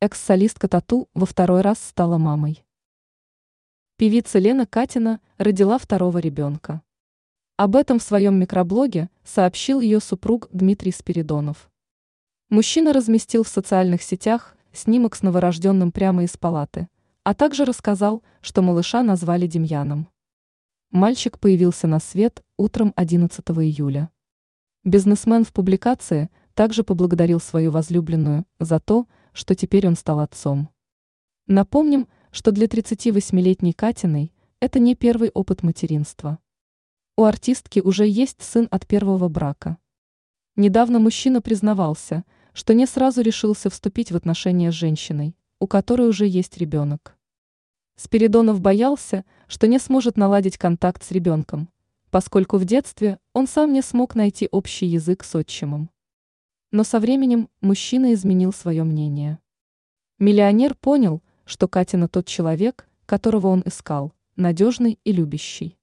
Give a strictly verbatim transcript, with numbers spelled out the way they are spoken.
Экс-солистка Тату во второй раз стала мамой. Певица Лена Катина родила второго ребенка. Об этом в своем микроблоге сообщил ее супруг Дмитрий Спиридонов. Мужчина разместил в социальных сетях снимок с новорожденным прямо из палаты, а также рассказал, что малыша назвали Демьяном. Мальчик появился на свет утром одиннадцатого июля. Бизнесмен в публикации также поблагодарил свою возлюбленную за то, что теперь он стал отцом. Напомним, что для тридцативосьмилетней Катиной это не первый опыт материнства. У артистки уже есть сын от первого брака. Недавно мужчина признавался, что не сразу решился вступить в отношения с женщиной, у которой уже есть ребенок. Спиридонов боялся, что не сможет наладить контакт с ребенком, поскольку в детстве он сам не смог найти общий язык с отчимом. Но со временем мужчина изменил свое мнение. Миллионер понял, что Катина тот человек, которого он искал, надежный и любящий.